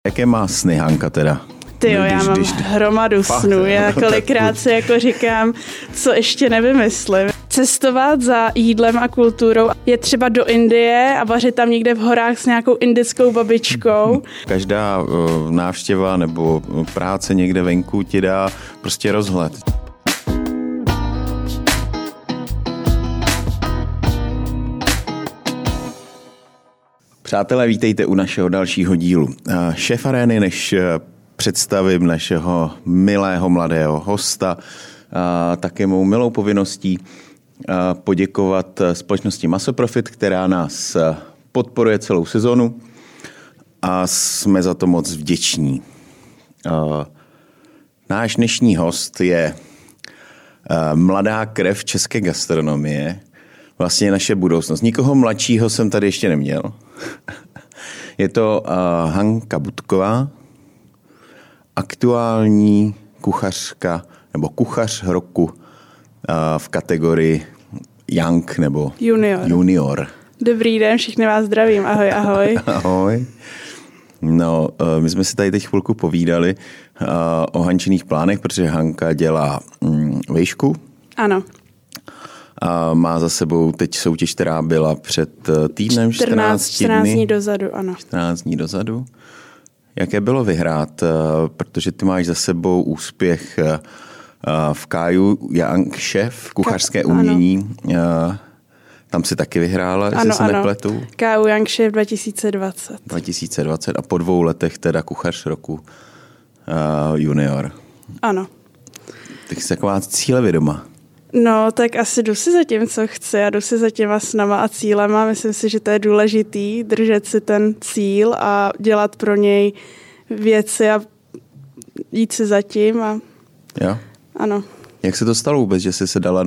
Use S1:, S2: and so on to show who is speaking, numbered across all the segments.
S1: Jaké má sny Hanka teda?
S2: Tyjo, já mám hromadu snů. Já kolikrát si jako říkám, co ještě nevymyslím. Cestovat za jídlem a kulturou je třeba do Indie a vařit tam někde v horách s nějakou indickou babičkou.
S1: Každá návštěva nebo práce někde venku ti dá prostě rozhled. Přátelé, vítejte u našeho dalšího dílu. Šéf Arény, než představím našeho milého mladého hosta, také mou milou povinností poděkovat společnosti Masoprofit, která nás podporuje celou sezonu a jsme za to moc vděční. Náš dnešní host je mladá krev české gastronomie, vlastně naše budoucnost. Nikoho mladšího jsem tady ještě neměl. Je to Hanka Budková, aktuální kuchařka nebo kuchař roku v kategorii Young nebo Junior.
S2: Dobrý den, všichni vás zdravím. Ahoj, ahoj.
S1: Ahoj. No, my jsme si tady teď chvilku povídali o Hančiných plánech, protože Hanka dělá vejšku.
S2: Ano.
S1: A má za sebou teď soutěž, která byla před týdnem, 14
S2: dní dozadu, ano.
S1: 14 dní dozadu. Jaké bylo vyhrát? Protože ty máš za sebou úspěch v KU Young Chef, kuchařské umění. Ano. Tam si taky vyhrála, jestli se nepletu.
S2: KU Young Chef 2020.
S1: 2020 a po 2 letech teda kuchař roku junior.
S2: Ano.
S1: Tak jsi taková cílevědoma.
S2: No, tak asi jdu si za tím, co chci a jdu si za těma snama a cílema. Myslím si, že to je důležitý, držet si ten cíl a dělat pro něj věci a jít si za tím.
S1: Jo?
S2: Ano.
S1: Jak se to stalo vůbec, že jsi se dala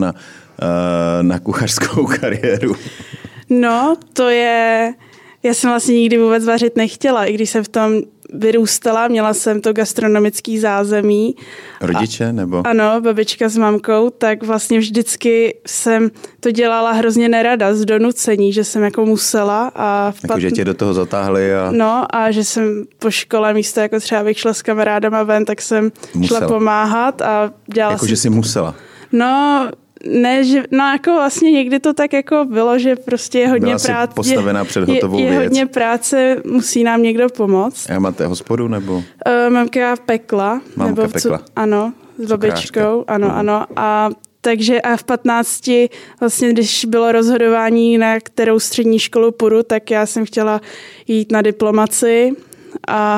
S1: na kuchařskou kariéru?
S2: No, to je... Já jsem vlastně nikdy vůbec vařit nechtěla, i když jsem v tom vyrůstala, měla jsem to gastronomický zázemí.
S1: Rodiče nebo?
S2: Ano, babička s mamkou, tak vlastně vždycky jsem to dělala hrozně nerada, z donucení, že jsem jako musela.
S1: Jako, že tě do toho zatáhli a...
S2: No a že jsem po škole místo, jako třeba bych šla s kamarádama ven, tak jsem šla pomáhat a dělala
S1: Jako, že jsi musela?
S2: No... Ne, že, no jako vlastně někdy to tak jako bylo, že prostě je hodně práce.
S1: Postavená před hotovou věc.
S2: Je hodně práce, musí nám někdo pomoct.
S1: A máte hospodu nebo?
S2: Mamka pekla.
S1: Mamka pekla.
S2: Ano, s babičkou, ano. A takže a v 15, vlastně když bylo rozhodování, na kterou střední školu půjdu, tak já jsem chtěla jít na diplomaci a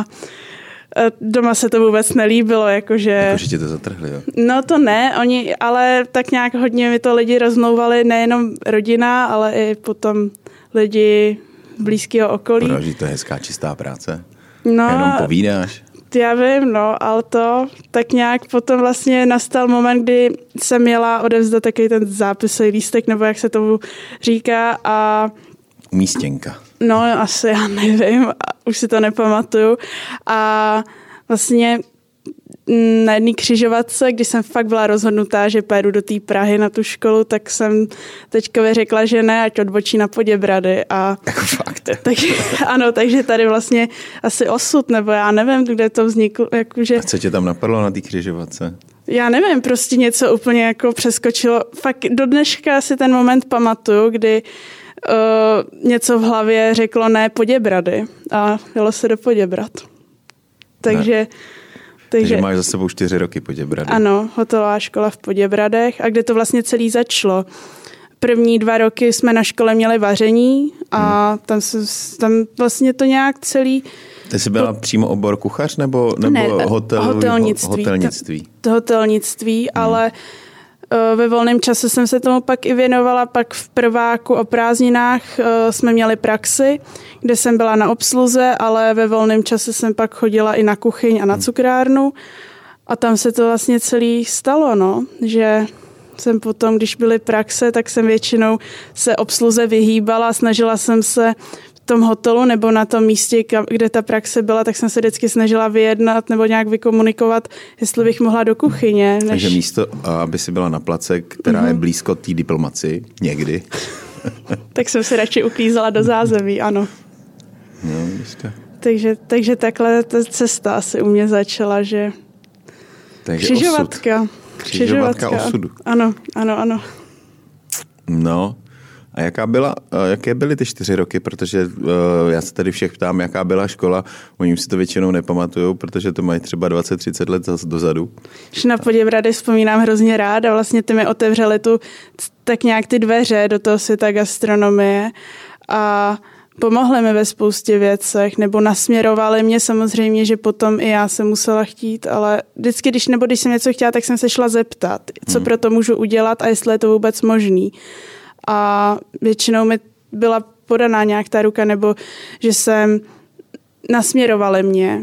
S2: doma se to vůbec nelíbilo, jakože...
S1: Jakože tě to zatrhli, jo?
S2: No to ne, ale tak nějak hodně mi to lidi rozmlouvali, nejenom rodina, ale i potom lidi blízkého okolí.
S1: Protože to je hezká čistá práce.
S2: No,
S1: jenom povídáš.
S2: Já vím, no, ale to tak nějak potom vlastně nastal moment, kdy jsem měla odevzdat takový ten zápisový lístek, nebo jak se tomu říká a...
S1: Umístěnka.
S2: No, asi já nevím, už si to nepamatuju. A vlastně na jedné křižovatce, když jsem fakt byla rozhodnutá, že pojedu do té Prahy na tu školu, tak jsem teďkovi řekla, že ne, ať odbočí na Poděbrady. A
S1: jako fakt.
S2: Ano, takže tady vlastně asi osud, nebo já nevím, kde to vzniklo. Jakože...
S1: A co tě tam napadlo na té křižovatce?
S2: Já nevím, prostě něco úplně jako přeskočilo. Fakt do dneška si ten moment pamatuju, kdy něco v hlavě řeklo ne Poděbrady a jelo se do Poděbrad. Takže
S1: máš za sebou 4 roky Poděbrady.
S2: Ano, hotelová škola v Poděbradech a kde to vlastně celý začalo. První 2 roky jsme na škole měli vaření a tam vlastně to nějak celý...
S1: Ty jsi byla přímo obor kuchař nebo
S2: ne,
S1: hotelnictví?
S2: Hotelnictví, ale ve volném čase jsem se tomu pak i věnovala. Pak v prváku o prázdninách jsme měli praxi, kde jsem byla na obsluze, ale ve volném čase jsem pak chodila i na kuchyň a na cukrárnu. A tam se to vlastně celý stalo, no, že jsem potom, když byly praxe, tak jsem většinou se obsluze vyhýbala, snažila jsem se v tom hotelu nebo na tom místě, kde ta praxe byla, tak jsem se vždycky snažila vyjednat nebo nějak vykomunikovat, jestli bych mohla do kuchyně.
S1: Takže místo, aby si byla na place, která je blízko té diplomaci někdy.
S2: Tak jsem si radši uklízela do zázemí, ano.
S1: No,
S2: Takže takhle ta cesta asi u mě začala, že
S1: Takže
S2: křižovatka.
S1: Křižovatka osudu.
S2: Ano.
S1: No, a jaké byly ty 4 roky, protože já se tady všech ptám, jaká byla škola, oni si to většinou nepamatujou, protože to mají třeba 20-30 let dozadu.
S2: Když na Poděbrady vzpomínám hrozně rád a vlastně ty mi otevřely tak nějak ty dveře do toho světa gastronomie a pomohly mi ve spoustě věcech, nebo nasměrovali mě samozřejmě, že potom i já jsem musela chtít, ale vždycky, když jsem něco chtěla, tak jsem se šla zeptat, co pro to můžu udělat a jestli je to vůbec možný. A většinou mi byla podaná nějak ta ruka, nebo že nasměrovali mě.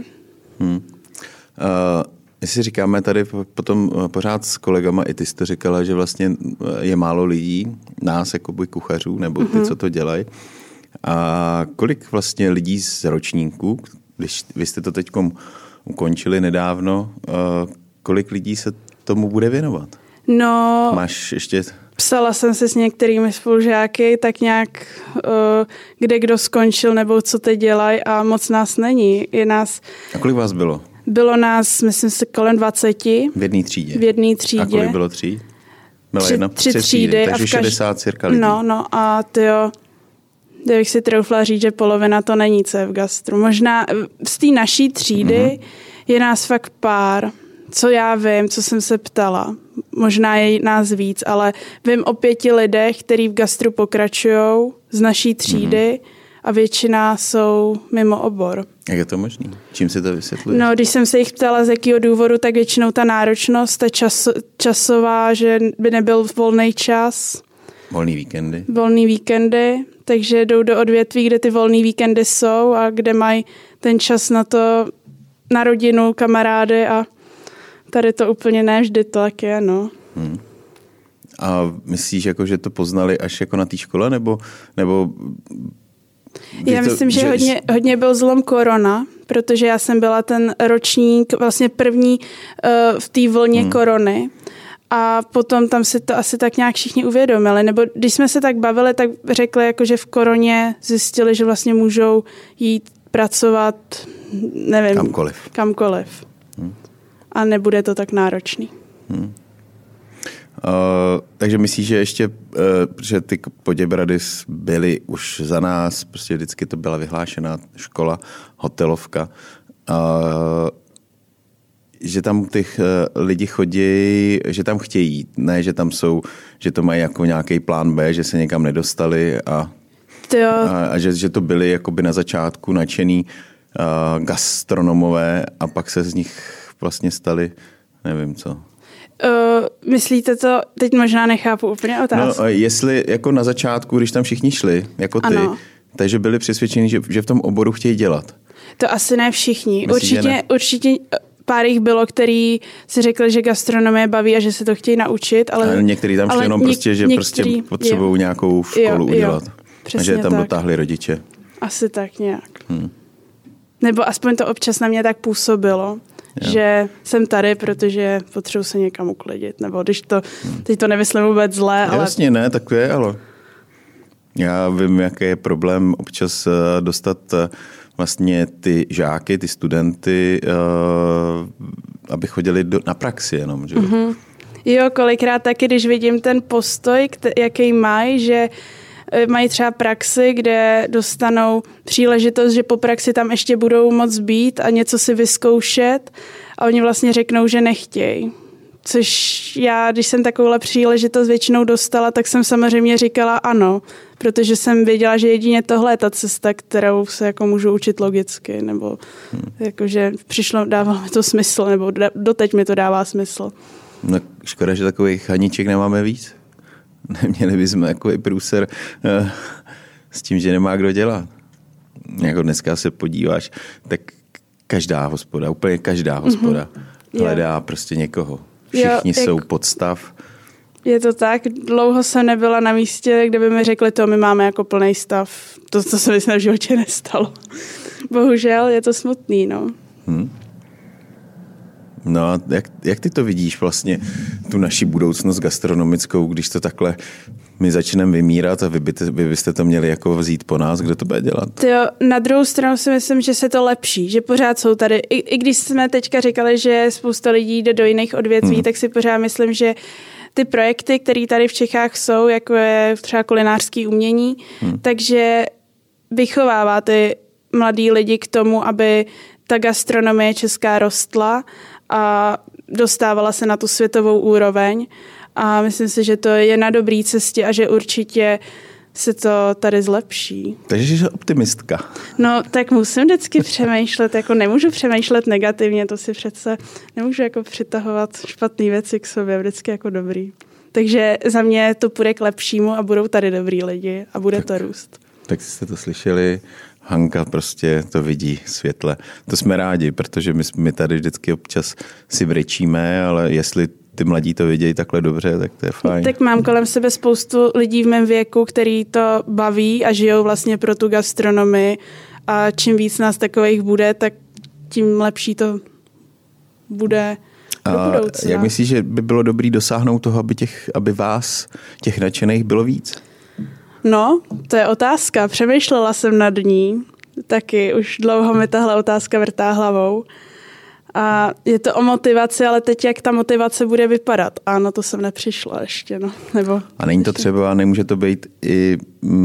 S1: Jestli říkáme tady potom pořád s kolegama, i ty jsi to říkala, že vlastně je málo lidí, nás jako kuchařů, nebo ty, co to dělají. A kolik vlastně lidí z ročníku, když vy jste to teď ukončili nedávno, kolik lidí se tomu bude věnovat?
S2: No,
S1: máš ještě...
S2: Psala jsem se s některými spolužáky, tak nějak kde kdo skončil nebo co teď dělají a moc nás není.
S1: A kolik vás bylo?
S2: Bylo nás, myslím si, kolem 20.
S1: V jedné třídě?
S2: V jedné třídě.
S1: A kolik bylo tříd? Byla
S2: tři třídy.
S1: Takže 60 cirka lidí.
S2: No a tyjo, bych si troufla říct, že polovina to není, co je v gastru. Možná z té naší třídy je nás fakt pár, co já vím, co jsem se ptala. Možná je nás víc, ale vím o 5 lidech, kteří v gastru pokračujou z naší třídy a většina jsou mimo obor.
S1: Jak je to možný? Čím si to vysvětluješ?
S2: No, když jsem se jich ptala, z jakého důvodu, tak většinou ta náročnost, ta časová, že by nebyl volný čas. Volný víkendy, takže jdou do odvětví, kde ty volný víkendy jsou a kde mají ten čas na rodinu, kamarády a tady to úplně ne vždy to tak je, no.
S1: A myslíš, jako, že to poznali až jako na té škole, nebo
S2: já myslím, že hodně byl zlom korona, protože já jsem byla ten ročník vlastně první v té vlně korony a potom tam si to asi tak nějak všichni uvědomili, nebo když jsme se tak bavili, tak řekli, jako, že v koroně zjistili, že vlastně můžou jít pracovat, nevím, kamkoliv. A nebude to tak náročný.
S1: Takže myslíš, že ještě, že ty Poděbrady byly už za nás, prostě vždycky to byla vyhlášená škola, hotelovka, že tam těch lidi chodí, že tam chtějí, ne, že tam jsou, že to mají jako nějaký plán B, že se někam nedostali a že to byli jakoby na začátku nadšený gastronomové a pak se z nich vlastně stali, nevím co.
S2: Myslíte to, teď možná nechápu úplně otázku.
S1: No, jestli jako na začátku, když tam všichni šli, jako ty, takže byli přesvědčeni, že v tom oboru chtějí dělat.
S2: To asi ne všichni.
S1: Myslíš,
S2: určitě pár jich bylo, který si řekli, že gastronomie baví a že se to chtějí naučit, ale
S1: některý tam šli jenom prostě, že prostě potřebují nějakou školu udělat. A že tam dotáhli rodiče.
S2: Asi tak nějak. Nebo aspoň to občas na mě tak působilo. Že jsem tady, protože potřebuji se někam uklidit. Nebo když teď to nemyslím vůbec zlé, ale...
S1: Jasně ne, tak to je, ale já vím, jaký je problém občas dostat vlastně ty žáky, ty studenty, aby chodili na praxi jenom, že?
S2: Jo, kolikrát taky, když vidím ten postoj, jaký mají, že mají třeba praxi, kde dostanou příležitost, že po praxi tam ještě budou moc být a něco si vyzkoušet a oni vlastně řeknou, že nechtějí. Což já, když jsem takovouhle příležitost většinou dostala, tak jsem samozřejmě říkala ano, protože jsem věděla, že jedině tohle je ta cesta, kterou se jako můžu učit logicky, nebo jakože dávalo mi to smysl, nebo doteď mi to dává smysl.
S1: No škoda, že takových Haniček nemáme víc. Neměli bychom jako průser s tím, že nemá kdo dělat. Jako dneska se podíváš, tak každá hospoda, úplně každá hospoda hledá prostě někoho. Všichni jsou podstav.
S2: Je to tak. Dlouho jsem nebyla na místě, kde by mi řekli, my máme jako plný stav. To, co se mi v životě nestalo. Bohužel je to smutný, no.
S1: No a jak ty to vidíš vlastně? tu naši budoucnost gastronomickou, když to takhle my začneme vymírat a vy byste to měli jako vzít po nás, kdo to bude dělat?
S2: Jo, na druhou stranu si myslím, že se to lepší, že pořád jsou tady, i když jsme teďka říkali, že spousta lidí jde do jiných odvětví, tak si pořád myslím, že ty projekty, které tady v Čechách jsou, jako je třeba kulinářský umění, takže vychovává ty mladý lidi k tomu, aby ta gastronomie česká rostla a dostávala se na tu světovou úroveň. A myslím si, že to je na dobré cestě a že určitě se to tady zlepší.
S1: Takže jsi optimistka.
S2: No, tak musím vždycky přemýšlet, jako nemůžu přemýšlet negativně, to si přece nemůžu jako přitahovat špatné věci k sobě, vždycky jako dobrý. Takže za mě to půjde k lepšímu a budou tady dobrý lidi a bude to růst.
S1: Tak jste to slyšeli, Hanka prostě to vidí světle. To jsme rádi, protože my tady vždycky občas si brečíme, ale jestli ty mladí to vidějí takhle dobře, tak to je fajn.
S2: Tak mám kolem sebe spoustu lidí v mém věku, který to baví a žijou vlastně pro tu gastronomii a čím víc nás takových bude, tak tím lepší to bude do budoucna.
S1: Jak myslíš, že by bylo dobré dosáhnout toho, aby vás, těch nadšených, bylo víc?
S2: No, to je otázka. Přemýšlela jsem nad ní. Taky už dlouho mi tahle otázka vrtá hlavou. A je to o motivaci, ale teď jak ta motivace bude vypadat? A na to jsem nepřišla ještě. No. Nebo
S1: a není to třeba, nemůže to být i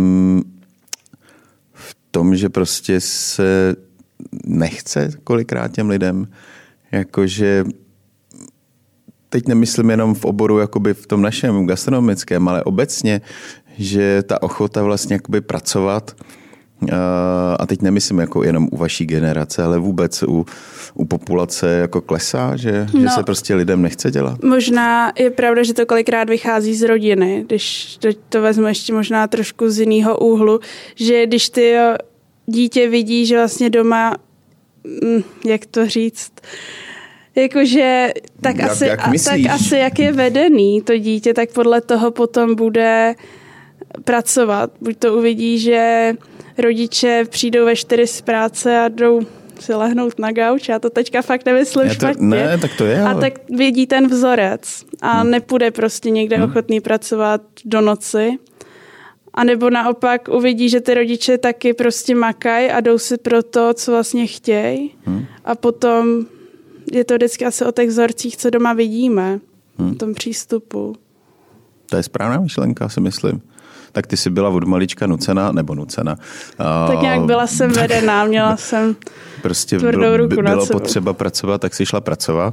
S1: v tom, že prostě se nechce kolikrát těm lidem? Jakože teď nemyslím jenom v oboru, jakoby v tom našem gastronomickém, ale obecně, že ta ochota vlastně jakoby pracovat, a teď nemyslím jako jenom u vaší generace, ale vůbec u populace jako klesá, že se prostě lidem nechce dělat.
S2: Možná je pravda, že to kolikrát vychází z rodiny, když to vezmu ještě možná trošku z jiného úhlu, že když ty dítě vidí, že vlastně doma, jak to říct, jakože tak asi jak je vedený to dítě, tak podle toho potom bude pracovat. Buď to uvidí, že rodiče přijdou ve 4 z práce a jdou si lehnout na gauč. Já to teďka fakt nemyslím špatně.
S1: Ne, tak to je.
S2: A tak vidí ten vzorec a nepůjde prostě někde ochotný pracovat do noci. A nebo naopak uvidí, že ty rodiče taky prostě makají a jdou si pro to, co vlastně chtějí. A potom je to vždycky asi o těch vzorcích, co doma vidíme. O tom přístupu. To
S1: je správná myšlenka, si myslím. Tak ty jsi byla od malička nucena.
S2: Tak nějak byla jsem vedená, měla jsem
S1: prostě
S2: tvrdou ruku
S1: bylo potřeba pracovat, tak jsi šla pracovat.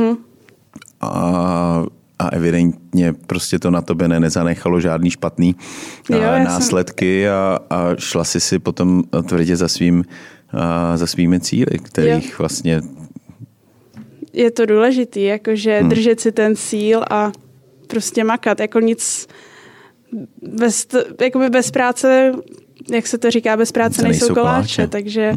S1: A evidentně prostě to na tobě nezanechalo žádný špatný následky a šla si potom tvrdě za svými cíli, kterých vlastně...
S2: Je to důležitý, jakože držet si ten cíl a prostě makat, jako nic... Bez práce, jak se to říká, bez práce nejsou koláče, takže...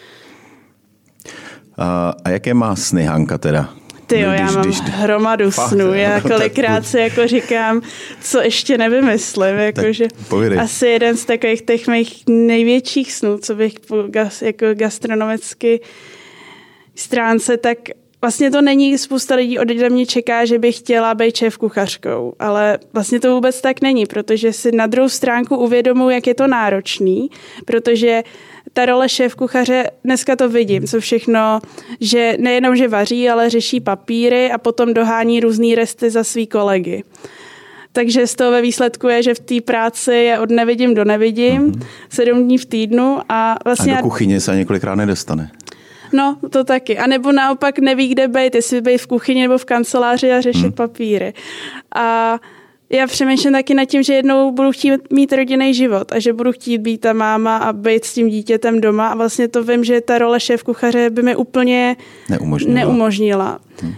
S1: A jaké má sny Hanka teda?
S2: Tyjo, já mám hromadu snů. Já kolikrát si jako říkám, co ještě nevymyslím. Jakože asi jeden z takových těch mých největších snů, co bych jako gastronomicky stránce, tak vlastně to není, spousta lidí ode mě čeká, že bych chtěla být šéfkuchařkou, ale vlastně to vůbec tak není, protože si na druhou stránku uvědomuji, jak je to náročný, protože ta role šéfkuchaře, dneska to vidím, co všechno, že nejenom, že vaří, ale řeší papíry a potom dohání různý resty za svý kolegy. Takže z toho ve výsledku je, že v té práci je od nevidím do nevidím, 7 dní v týdnu a vlastně...
S1: A do kuchyně se několikrát nedostane.
S2: No, to taky. A nebo naopak neví, kde být, jestli být v kuchyni nebo v kanceláři a řešit papíry. A já přemýšlím taky nad tím, že jednou budu chtít mít rodinný život a že budu chtít být ta máma a být s tím dítětem doma a vlastně to vím, že ta role šéfkuchaře by mi úplně neumožnila.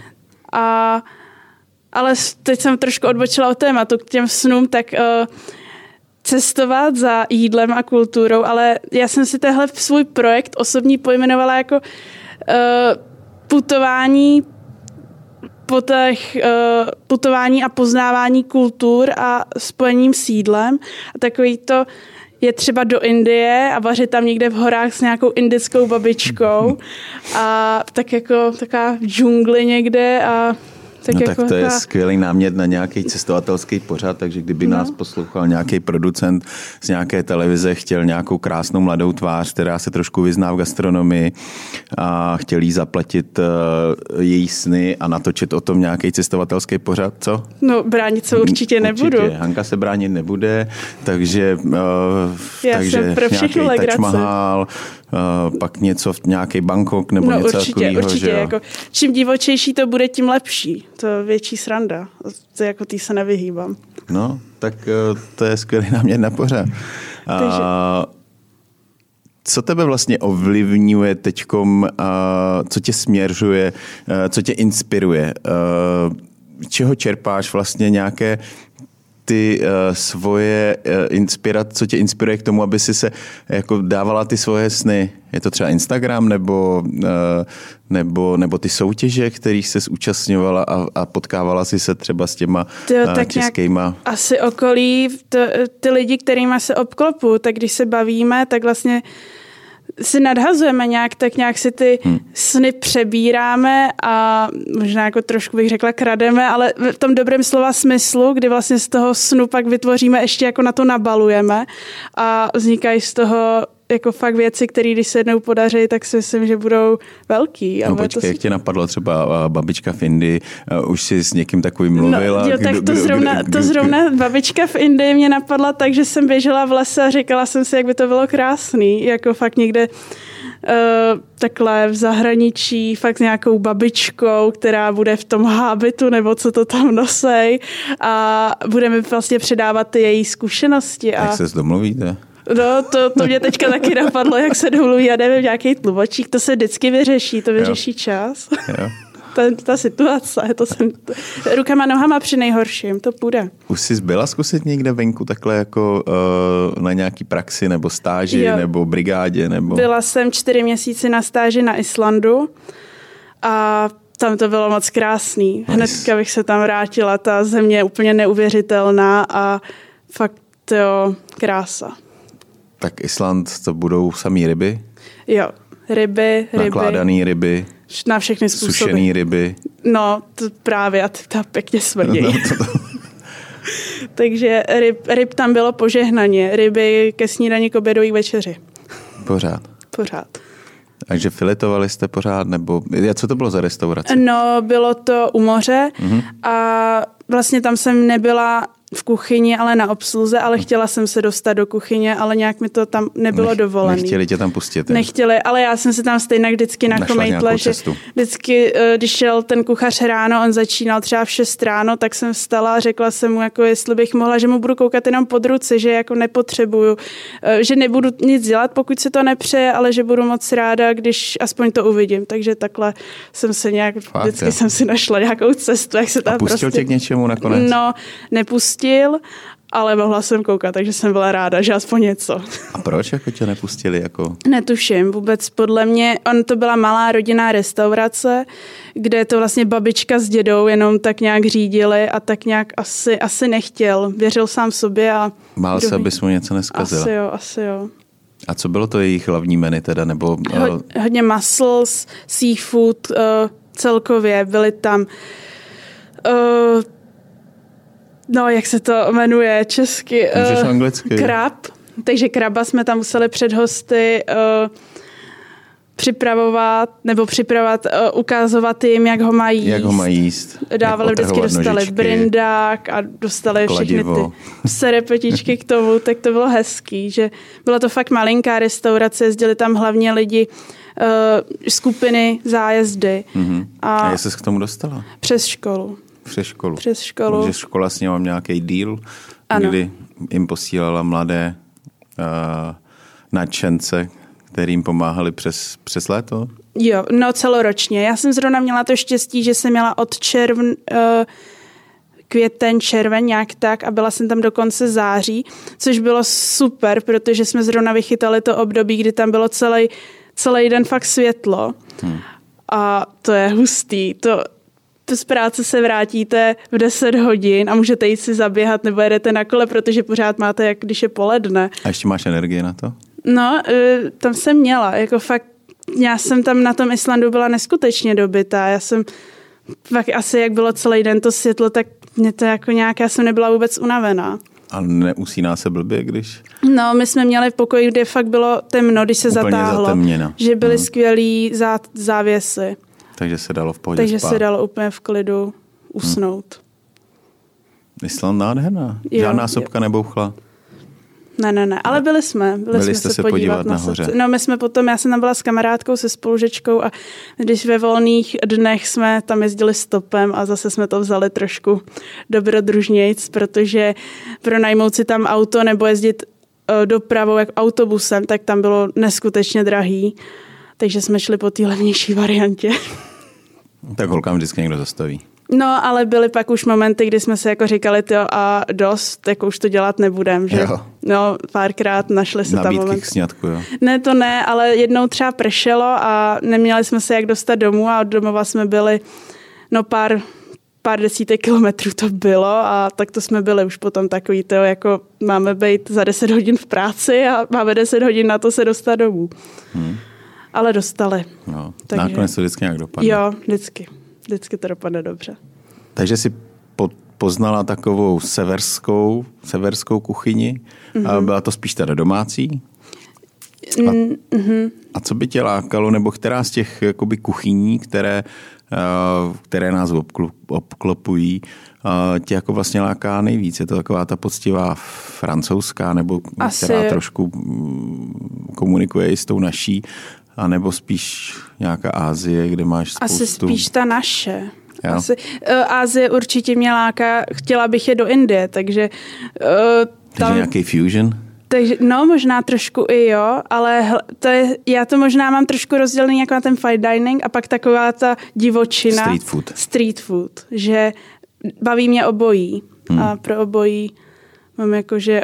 S2: Ale teď jsem trošku odbočila od tématu k těm snům, tak cestovat za jídlem a kulturou, ale já jsem si tenhle svůj projekt osobní pojmenovala jako putování a poznávání kultur a spojením s jídlem. A takový to je třeba do Indie a vařit tam někde v horách s nějakou indickou babičkou a tak jako taková v džungli někde a
S1: No tak to je skvělý námět na nějaký cestovatelský pořad, takže kdyby nás poslouchal nějaký producent z nějaké televize, chtěl nějakou krásnou mladou tvář, která se trošku vyzná v gastronomii a chtěl jí zaplatit její sny a natočit o tom nějaký cestovatelský pořad, co?
S2: No bránit se určitě nebudu.
S1: Hanka se bránit nebude, takže
S2: jsem pro všechno
S1: nějaký Taj Mahal, pak nějaký Bangkok nebo něco takového.
S2: Určitě. Jako, čím divočejší to bude, tím lepší. To je větší sranda. To jako tý se nevyhýbám.
S1: No, tak to je skvělý námět na pořad. Co tebe vlastně ovlivňuje teďkom, co tě směřuje, co tě inspiruje? Čeho čerpáš vlastně nějaké ty svoje inspirace, co tě inspiruje k tomu, aby si se jako dávala ty svoje sny? Je to třeba Instagram nebo ty soutěže, kterých se zúčastňovala a potkávala si se třeba s těma českýma?
S2: Asi okolí, ty lidi, kterýma se obklopu, tak když se bavíme, tak vlastně si nadhazujeme tak nějak si ty sny přebíráme a možná jako trošku bych řekla krademe, ale v tom dobrém slova smyslu, kdy vlastně z toho snu pak vytvoříme, ještě jako na to nabalujeme a vznikají z toho jako fakt věci, které když se jednou podaří, tak si myslím, že budou velký.
S1: No počkej, jak tě napadlo třeba babička v Indii, už jsi s někým takovým mluvila?
S2: No, jo, tak to zrovna babička v Indii mě napadla tak, že jsem běžela v lese a říkala jsem si, jak by to bylo krásný, jako fakt někde takhle v zahraničí, fakt s nějakou babičkou, která bude v tom hábitu, nebo co to tam nosej a budeme vlastně předávat ty její zkušenosti.
S1: Jak se domluvíte?
S2: No, to mě teďka taky napadlo, jak se domluví, já nevím, nějaký tlumočník, to se vždycky vyřeší, to vyřeší čas. Jo. Ta situace, rukama, nohama při nejhorším, to půjde.
S1: Už jsi byla zkusit někde venku takhle jako na nějaký praxi nebo stáži nebo brigádě? Nebo...
S2: Byla jsem 4 měsíce na stáži na Islandu a tam to bylo moc krásný. Hnedka bych se tam vrátila, ta země je úplně neuvěřitelná a fakt krása.
S1: Tak Island, to budou samý ryby?
S2: Jo, ryby.
S1: Nakládaný ryby.
S2: Na všechny způsoby.
S1: Sušený ryby.
S2: No, to právě a ta pěkně smrdí. No, Takže ryb tam bylo požehnaně. Ryby ke snídani, k obědu i večeři.
S1: Pořád. Takže filetovali jste pořád, nebo co to bylo za restaurace?
S2: No, bylo to u moře a vlastně tam jsem nebyla v kuchyni, ale na obsluze, ale chtěla jsem se dostat do kuchyně, ale nějak mi to tam nebylo dovolené.
S1: Nechtěli tě tam pustit?
S2: Nechtěli, ale já jsem se tam stejně vždycky nachomejtla, že vždycky, když šel ten kuchař ráno, on začínal třeba v 6 ráno, tak jsem vstala a řekla jsem mu, jako jestli bych mohla, že mu budu koukat jenom pod ruce, že jako nepotřebuju, že nebudu nic dělat, pokud se to nepřeje, ale že budu moc ráda, když aspoň to uvidím. Takže takhle jsem se nějak, vždycky jsem si našla nějakou cestu, jak se tam
S1: pustil tě k něčemu nakonec?
S2: No, nepustil, ale mohla jsem koukat, takže jsem byla ráda, že aspoň něco.
S1: A proč jako tě nepustili? Jako?
S2: Netuším vůbec. Podle mě, to byla malá rodinná restaurace, kde to vlastně babička s dědou jenom tak nějak řídili a tak nějak asi nechtěl. Věřil sám sobě a...
S1: Bál se, abys mu něco neskazila.
S2: Asi jo.
S1: A co bylo to jejich hlavní menu teda? Nebo,
S2: hodně mussels, seafood, celkově byly tam... No, jak se to jmenuje česky?
S1: Můžeš anglicky.
S2: Krab. Takže kraba jsme tam museli před hosty ukazovat jim, jak ho mají jíst.
S1: Jak ho mají jíst.
S2: Dostali nožičky, brindák a dostali všechny ty serepetičky k tomu, tak to bylo hezký, že byla to fakt malinká restaurace, jezdili tam hlavně lidi, skupiny, zájezdy.
S1: Mm-hmm. A jak ses k tomu dostala?
S2: Přes školu.
S1: Přes školu. Takže škola s ním mám nějaký deal, kdy jim posílala mladé nadšence, kterým pomáhali přes léto?
S2: Jo, no celoročně. Já jsem zrovna měla to štěstí, že jsem měla od květen, červen, nějak tak a byla jsem tam do konce září, což bylo super, protože jsme zrovna vychytali to období, kdy tam bylo celý den fakt světlo. A to je hustý. Z práce se vrátíte v 10 hodin a můžete jít si zaběhat nebo jedete na kole, protože pořád máte, jak když je poledne.
S1: A ještě máš energii na to?
S2: No, tam jsem měla. Jako fakt, já jsem tam na tom Islandu byla neskutečně dobytá. Já jsem Pak asi jak bylo celý den to světlo, tak mě to jako nějak, já jsem nebyla vůbec unavená.
S1: A neusíná se blbě, když?
S2: No, my jsme měli v pokoji, kde fakt bylo temno, když se
S1: úplně
S2: zatáhlo.
S1: Zatemněno.
S2: Že byly skvělý závěsy.
S1: Takže se dalo v pohodě
S2: Takže
S1: spát.
S2: se dalo úplně v klidu usnout.
S1: Island nádherná. Žádná sopka nebouchla.
S2: Ne, ale byli jsme
S1: Byli jste
S2: se
S1: se podívat nahoře.
S2: No my jsme potom, já jsem tam byla s kamarádkou, se spolužečkou a když ve volných dnech jsme tam jezdili stopem a zase jsme to vzali trošku dobrodružnějc, protože pronajmout si tam auto nebo jezdit dopravou jako autobusem, tak tam bylo neskutečně drahý. Takže jsme šli po té levnější variantě.
S1: Tak holkám vždycky někdo zastaví.
S2: No, ale byly pak už momenty, kdy jsme se jako říkali, a dost, jako už to dělat nebudem, že?
S1: Jo.
S2: No, párkrát našli se tam moment.
S1: Nabídky k sňatku, jo?
S2: Ne, to ne, ale jednou třeba pršelo a neměli jsme se jak dostat domů a od domova jsme byli, no pár desítek kilometrů to bylo a tak to jsme byli už potom takový to, jako máme být za 10 hodin v práci a máme 10 hodin na to se dostat domů. Ale dostali.
S1: No,
S2: takže
S1: nakonec to vždycky nějak dopadne.
S2: Jo, vždycky. Vždycky to dopadne dobře.
S1: Takže si poznala takovou severskou kuchyni. A byla to spíš teda domácí? A co by tě lákalo, nebo která z těch jakoby kuchyní, které nás obklopují, tě jako vlastně láká nejvíc? Je to taková ta poctivá francouzská, nebo která trošku komunikuje i s tou naší, a nebo spíš nějaká Asie, kde máš spoustu...
S2: Asi spíš ta naše. Asie určitě mě láká, chtěla bych je do Indie, takže...
S1: Takže nějaký fusion?
S2: Takže, no, možná trošku i jo, ale já to možná mám trošku rozdělený jako na ten fine dining a pak taková ta divočina. Street food, že baví mě obojí. A pro obojí mám jako, že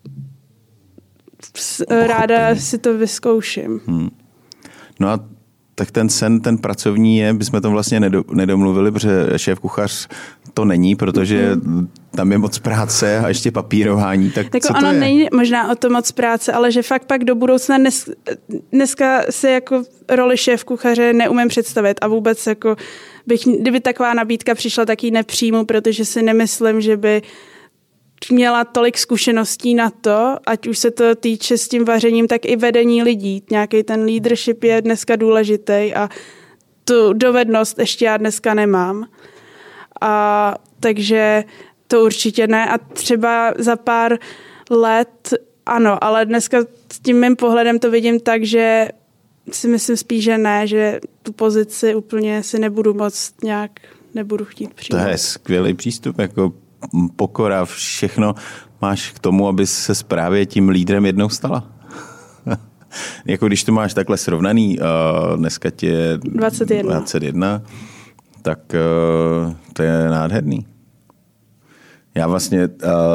S2: ráda si to vyzkouším.
S1: No a tak ten sen, ten pracovní bychom to vlastně nedomluvili, protože šéf kuchař to není, protože tam je moc práce a ještě papírování, tak
S2: jako
S1: co to
S2: ono
S1: je?
S2: není možná o to moc práce, ale že fakt pak do budoucna dneska si jako roli šéf kuchaře neumím představit a vůbec jako kdyby taková nabídka přišla, tak ji nepřijmu, protože si nemyslím, že by měla tolik zkušeností na to, ať už se to týče s tím vařením, tak i vedení lidí. Nějaký ten leadership je dneska důležitý a tu dovednost ještě já dneska nemám. A takže to určitě ne. A třeba za pár let ano, ale dneska s tím mým pohledem to vidím tak, že si myslím spíš, že ne, že tu pozici úplně si nebudu chtít přijmout.
S1: To je skvělý přístup, jako pokora, všechno máš k tomu, aby se právě tím lídrem jednou stala. Jako když to máš takhle srovnaný, dneska tě je 21, tak to je nádherný. Já vlastně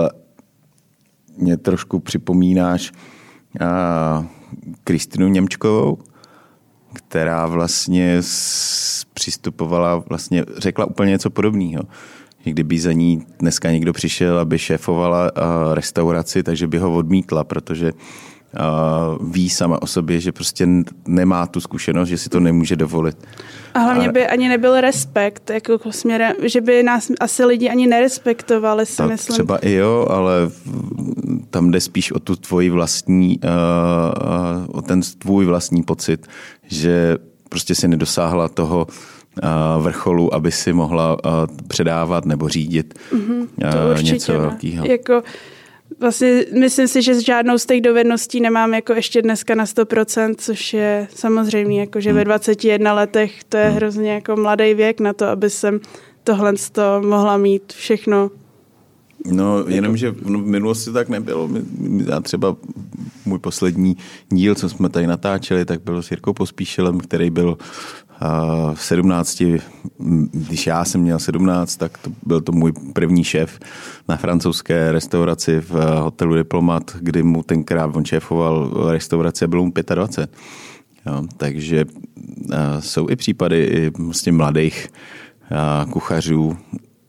S1: mě trošku připomínáš Kristinu Němčkovou, která vlastně přistupovala, vlastně řekla úplně něco podobného. Kdyby za ní dneska někdo přišel, aby šéfovala restauraci, takže by ho odmítla, protože ví sama o sobě, že prostě nemá tu zkušenost, že si to nemůže dovolit.
S2: A hlavně by ani nebyl respekt, jako směrem, že by nás asi lidi ani nerespektovali, si myslím.
S1: Třeba i jo, ale tam jde spíš o tu tvoji vlastní, o ten tvůj vlastní pocit, že prostě si nedosáhla toho vrcholu, aby si mohla předávat nebo řídit něco velkého.
S2: Jako vlastně myslím si, že žádnou z těch dovedností nemám jako ještě dneska na 100%, což je samozřejmě, jako že ve 21 letech to je hrozně jako mladý věk na to, aby jsem tohle mohla mít všechno.
S1: No, jenomže v minulosti tak nebylo. Já třeba můj poslední díl, co jsme tady natáčeli, tak byl s Jirkou Pospíšilem, který byl v 17, když já jsem měl 17, tak byl to můj první šéf na francouzské restauraci v hotelu Diplomat, kdy mu tenkrát on šéfoval restauraci a bylo mu 25. Jo, takže jsou i případy i vlastně mladých kuchařů,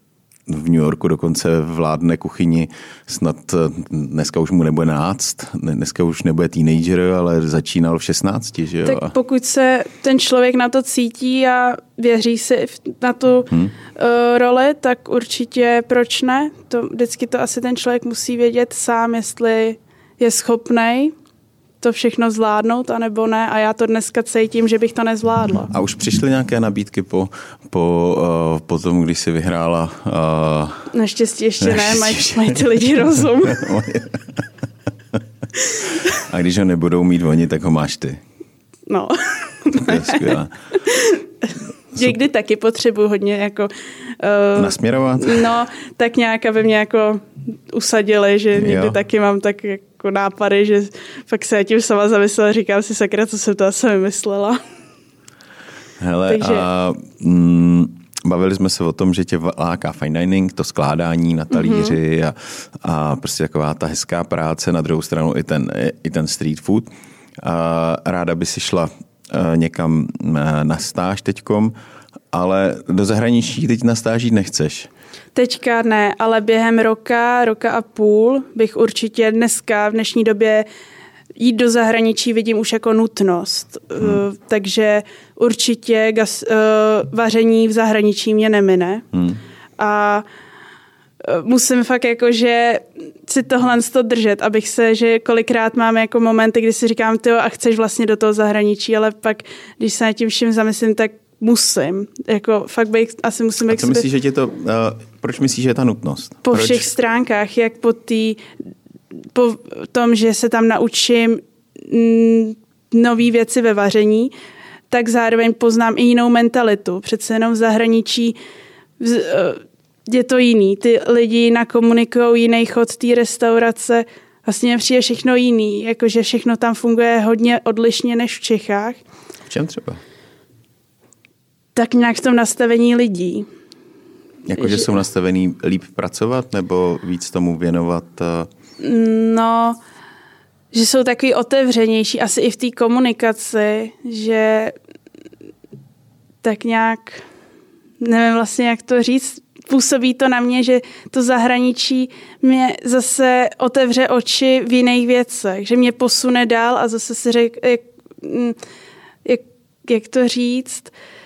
S1: v New Yorku dokonce vládne kuchyni, snad dneska už mu nebude 11, dneska už nebude teenager, ale začínal v 16, že jo?
S2: Tak pokud se ten člověk na to cítí a věří si na tu roli, tak určitě proč ne? Vždycky to asi ten člověk musí vědět sám, jestli je schopnej to všechno zvládnout, anebo ne. A já to dneska cítím, že bych to nezvládla.
S1: A už přišly nějaké nabídky po tom, když jsi vyhrála?
S2: Naštěstí ještě ne, mají ty lidi rozum.
S1: A když ho nebudou mít oni, tak ho máš ty.
S2: No.
S1: To je skvělé.
S2: Někdy taky potřebuji hodně jako...
S1: nasměrovat?
S2: No, tak nějak, aby mě jako usadili, že někdy taky mám tak jako nápady, že fakt se tím sama zamyslela, říkám si sakra, co jsem to asi vymyslela.
S1: Hele, takže... bavili jsme se o tom, že tě láká fine dining, to skládání na talíři a prostě taková ta hezká práce, na druhou stranu i ten street food. Ráda by si šla někam na stáž teďkom, ale do zahraničí teď na stáži nechceš.
S2: Teďka ne, ale během roka a půl bych určitě dneska, v dnešní době jít do zahraničí vidím už jako nutnost. Takže určitě vaření v zahraničí mě nemine. A musím fakt jakože si tohle držet, abych se, že kolikrát máme jako momenty, kdy si říkám, tyjo, a chceš vlastně do toho zahraničí, ale pak, když se nad tím vším zamyslím, tak musím. Jako fakt asi musím...
S1: A co myslíš, že tě to... proč myslíš, že je ta nutnost?
S2: Po všech stránkách, jak po tom, že se tam naučím nové věci ve vaření, tak zároveň poznám i jinou mentalitu. Přece jenom v zahraničí je to jiný. Ty lidi nakomunikují jiný chod té restaurace. Vlastně přijde všechno jiný. Jakože všechno tam funguje hodně odlišně než v Čechách.
S1: V čem třeba?
S2: Tak nějak v tom nastavení lidí.
S1: Jakože jsou nastavený líp pracovat nebo víc tomu věnovat?
S2: No, že jsou takový otevřenější, asi i v té komunikaci, že tak nějak, nevím vlastně, jak to říct, působí to na mě, že to zahraničí mě zase otevře oči v jiných věcech, že mě posune dál a zase si jak to říct,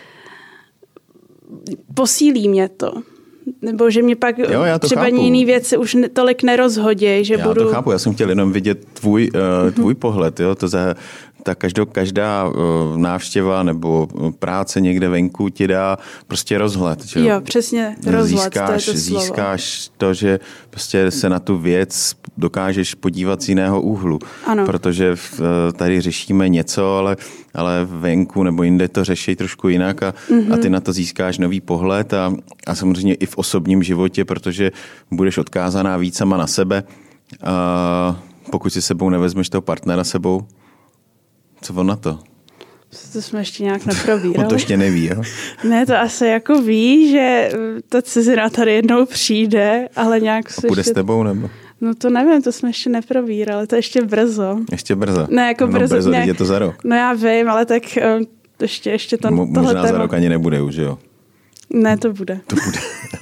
S2: posílí mě to. Nebo že mě pak třeba jiný věci už tolik nerozhodí, že budu...
S1: Já to chápu, já jsem chtěl jenom vidět tvůj pohled, jo, to každá návštěva nebo práce někde venku ti dá prostě rozhled. Že?
S2: Jo, přesně rozhled, to je to slovo.
S1: Získáš to, že prostě se na tu věc dokážeš podívat z jiného úhlu.
S2: Ano.
S1: Protože tady řešíme něco, ale venku nebo jinde to řeší trošku jinak a ty na to získáš nový pohled a samozřejmě i v osobním životě, protože budeš odkázaná víc sama na sebe. Pokud si sebou nevezmeš toho partnera sebou, co on na to?
S2: To jsme ještě nějak neprobírali.
S1: On to ještě neví, jo?
S2: Ne, to asi jako ví, že ta cizina tady jednou přijde, ale nějak...
S1: Půjde s tebou, nebo?
S2: No to nevím, to jsme ještě neprobírali, to je ještě brzo.
S1: Ještě brzo?
S2: Ne, jako brzo.
S1: Teď je to za rok.
S2: No já vím, ale tak ještě to...
S1: Možná za rok ani nebude už, jo?
S2: Ne, to bude.
S1: To bude.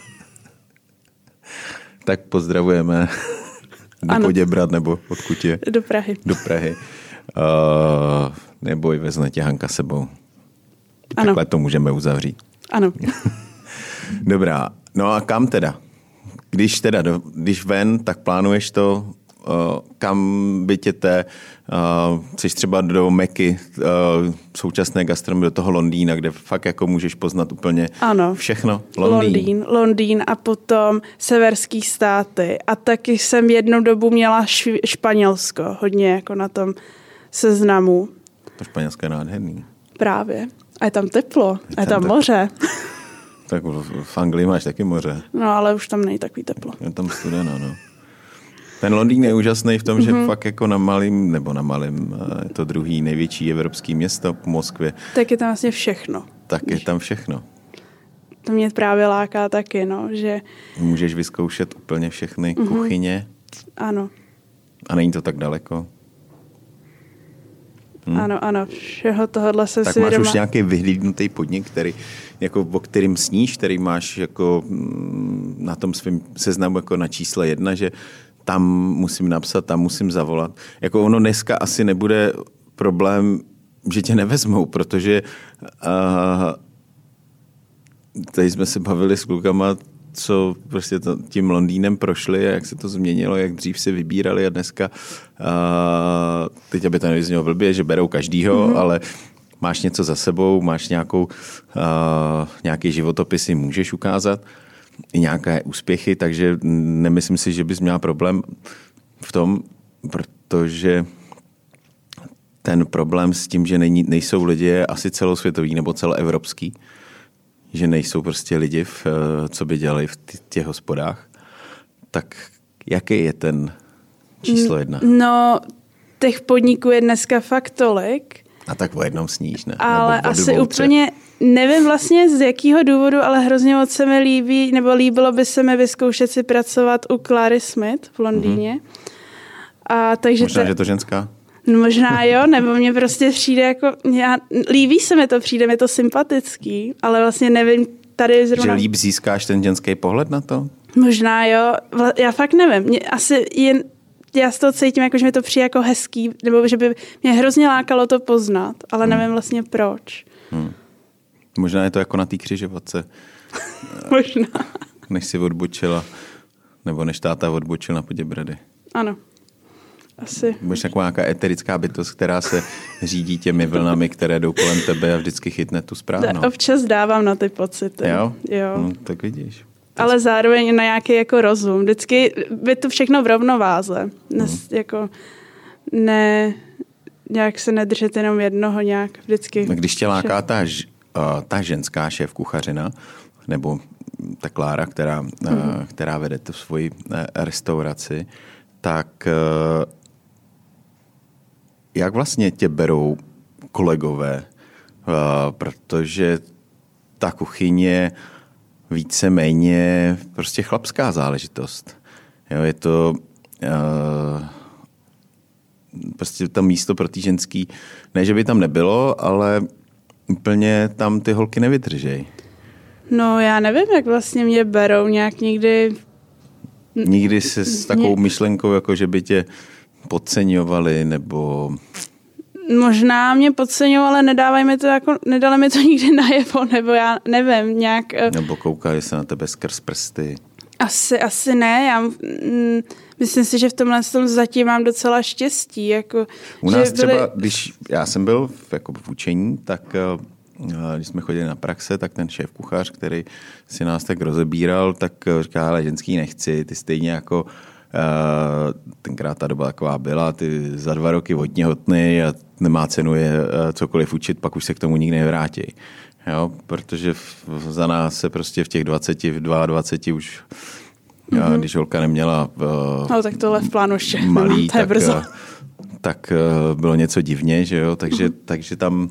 S1: Tak pozdravujeme do Poděbrad, nebo odkud je?
S2: Do Prahy.
S1: Do Prahy. Neboj, vezme tě Hanka sebou.
S2: Ano.
S1: Takhle to můžeme uzavřít.
S2: Ano.
S1: Dobrá. No a kam teda? Když ven, tak plánuješ to, kam by tě chceš třeba do Meky, současné gastronomie, do toho Londýna, kde fakt jako můžeš poznat úplně všechno.
S2: Londýn a potom severský státy. A taky jsem jednu dobu měla Španělsko, hodně jako na tom seznamu.
S1: To Španělsko je nádherný.
S2: Právě. A je tam teplo. A je tam moře.
S1: Tak v Anglii máš taky moře.
S2: No, ale už tam není takový teplo.
S1: Je tam studeno, no. Ten Londýn je úžasný v tom, že fakt jako na malým, je to druhý největší evropský město po Moskvě.
S2: Tak je tam vlastně všechno.
S1: Tak je tam všechno.
S2: To mě právě láká taky, no, že...
S1: Můžeš vyzkoušet úplně všechny kuchyně.
S2: Ano.
S1: A není to tak daleko.
S2: Ano, všeho tohohle se
S1: tak máš už nějaký vyhlídnutý podnik, jako o kterým sníš, který máš jako na tom svém seznamu jako na čísle 1, že tam musím napsat, tam musím zavolat. Jako ono dneska asi nebude problém, že tě nevezmou, protože tady jsme se bavili s klukama, co prostě tím Londýnem prošli a jak se to změnilo, jak dřív si vybírali a dneska teď, aby to nevyznělo blbě, že berou každýho, ale máš něco za sebou, máš nějaký životopis, si můžeš ukázat i nějaké úspěchy, takže nemyslím si, že bys měla problém v tom, protože ten problém s tím, že nejsou lidi, je asi celosvětový nebo celoevropský, že nejsou prostě lidi, co by dělali v těch hospodách. Tak jaký je ten číslo 1? No,
S2: těch podniků je dneska fakt tolik.
S1: A tak o jednom sníš, ne?
S2: Ale asi úplně, nevím vlastně z jakého důvodu, ale hrozně moc se mi líbí, nebo líbilo by se mi vyzkoušet si pracovat u Clary Smith v Londýně. A takže
S1: možná, že je to ženská?
S2: No možná jo, nebo mě prostě přijde jako, líbí se mi to, přijde mi to sympatický, ale vlastně nevím, tady zrovna...
S1: Že líp získáš ten ženský pohled na to?
S2: Možná jo, já fakt nevím, já z toho cítím, jako, že mi to přijde jako hezký, nebo že by mě hrozně lákalo to poznat, ale nevím vlastně proč.
S1: Možná je to jako na té křižovatce.
S2: Možná.
S1: Než si odbočila, nebo než táta odbočil na Poděbrady.
S2: Ano. Asi.
S1: Budeš taková nějaká eterická bytost, která se řídí těmi vlnami, které jdou kolem tebe a vždycky chytne tu správnou.
S2: Občas dávám na ty pocity.
S1: Jo?
S2: Jo.
S1: Tak vidíš.
S2: Ale zároveň na nějaký jako rozum. Vždycky by to všechno v rovnováze. Jako nějak se nedržet jenom jednoho nějak vždycky.
S1: Když tě láká ta ženská šéfkuchařina, nebo ta Klára, která vede tu svoji restauraci, tak jak vlastně tě berou kolegové? Protože ta kuchyně víceméně prostě chlapská záležitost. Jo, je to prostě tam místo pro ty ženský, ne, že by tam nebylo, ale úplně tam ty holky nevydržej.
S2: No já nevím, jak vlastně mě berou nějak nikdy.
S1: Nikdy se s takovou myšlenkou, jako že by tě podceňovali, nebo...
S2: Možná mě podceňovali, nedali mi to nikdy najevo, nebo já nevím, nějak...
S1: Nebo koukali se na tebe skrz prsty.
S2: Asi ne, já myslím si, že v tomhle zatím mám docela štěstí. Jako,
S1: u nás třeba, když já jsem byl v učení, tak když jsme chodili na praxe, tak ten šéf kuchař, který si nás tak rozebíral, tak říká, ale ženský nechci, ty stejně jako tenkrát ta doba taková byla, ty za 2 roky odněhotný a nemá cenu je cokoliv učit, pak už se k tomu nikdy nevrátí. Jo, protože za nás se prostě v těch 22 už, když holka neměla
S2: no, tak tohle v plánu ještě
S1: malý, tak bylo něco divně, že jo, takže tam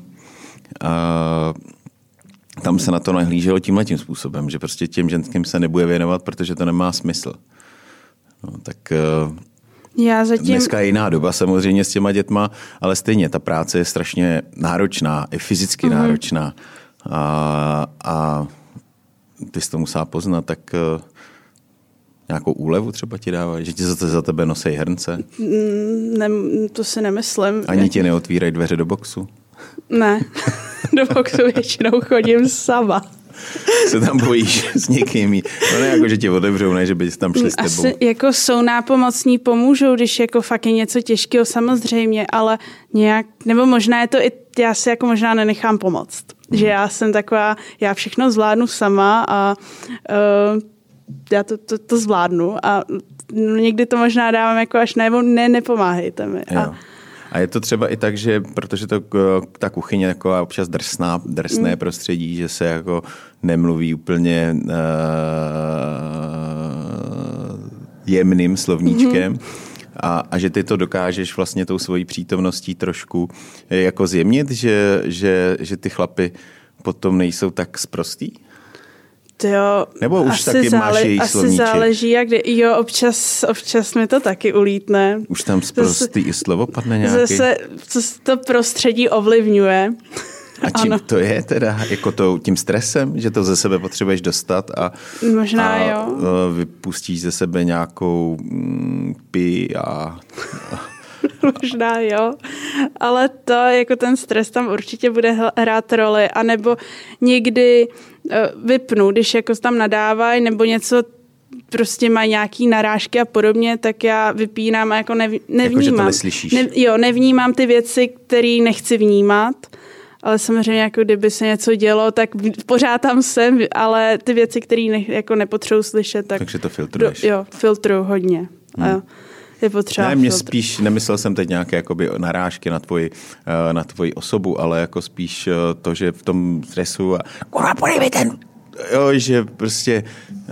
S1: se na to nahlíželo tímhletím způsobem, že prostě těm ženským se nebude věnovat, protože to nemá smysl. No, tak dneska je jiná doba samozřejmě s těma dětma, ale stejně ta práce je strašně náročná, i fyzicky náročná. A ty jsi to musela poznat, tak nějakou úlevu třeba ti dávají, že ti za tebe nosej hrnce?
S2: Ne, to si nemyslím.
S1: Ani ti neotvírají dveře do boxu?
S2: Ne, do boxu většinou chodím sama.
S1: Se tam bojíš s někým? No ne jako, že tě otevřou, ne, že by tam šli s tebou.
S2: Asi jako jsou nápomocní, pomůžou, když jako fakt je něco těžkého samozřejmě, ale nějak, nebo možná je to i, já si jako možná nenechám pomoct. Že já jsem taková, já všechno zvládnu sama a já to zvládnu a někdy to možná dávám jako až nepomáhejte mi.
S1: A je to třeba i tak, že protože ta kuchyně je taková občas drsné prostředí, že se jako nemluví úplně jemným slovníčkem a že ty to dokážeš vlastně tou svojí přítomností trošku jako zjemnit, že ty chlapy potom nejsou tak sprostý?
S2: Jo,
S1: nebo už taky máš její slovníček?
S2: Asi záleží, jak jo, občas mi to taky ulítne.
S1: Už tam sprostý i slovo padne nějaký?
S2: Zase to prostředí ovlivňuje.
S1: A čím ano. To je teda? Jako tím stresem, že to ze sebe potřebuješ dostat a vypustíš ze sebe nějakou a...
S2: Možná jo, ale to jako ten stres tam určitě bude hrát roli, anebo někdy vypnu, když jako tam nadávají nebo něco prostě mají nějaký narážky a podobně, tak já vypínám a jako nevnímám.
S1: Jako, že to neslyšíš.
S2: Nevnímám ty věci, které nechci vnímat, ale samozřejmě jako kdyby se něco dělo, tak pořád tam jsem, ale ty věci, které jako nepotřebuji slyšet, tak...
S1: Takže to filtruješ.
S2: Filtruju hodně. Je potřeba
S1: ne, mě spíš, nemyslel jsem teď nějaké jakoby narážky na tvoji osobu, ale jako spíš to, že v tom stresu a kurva, podívej ten, jo, že prostě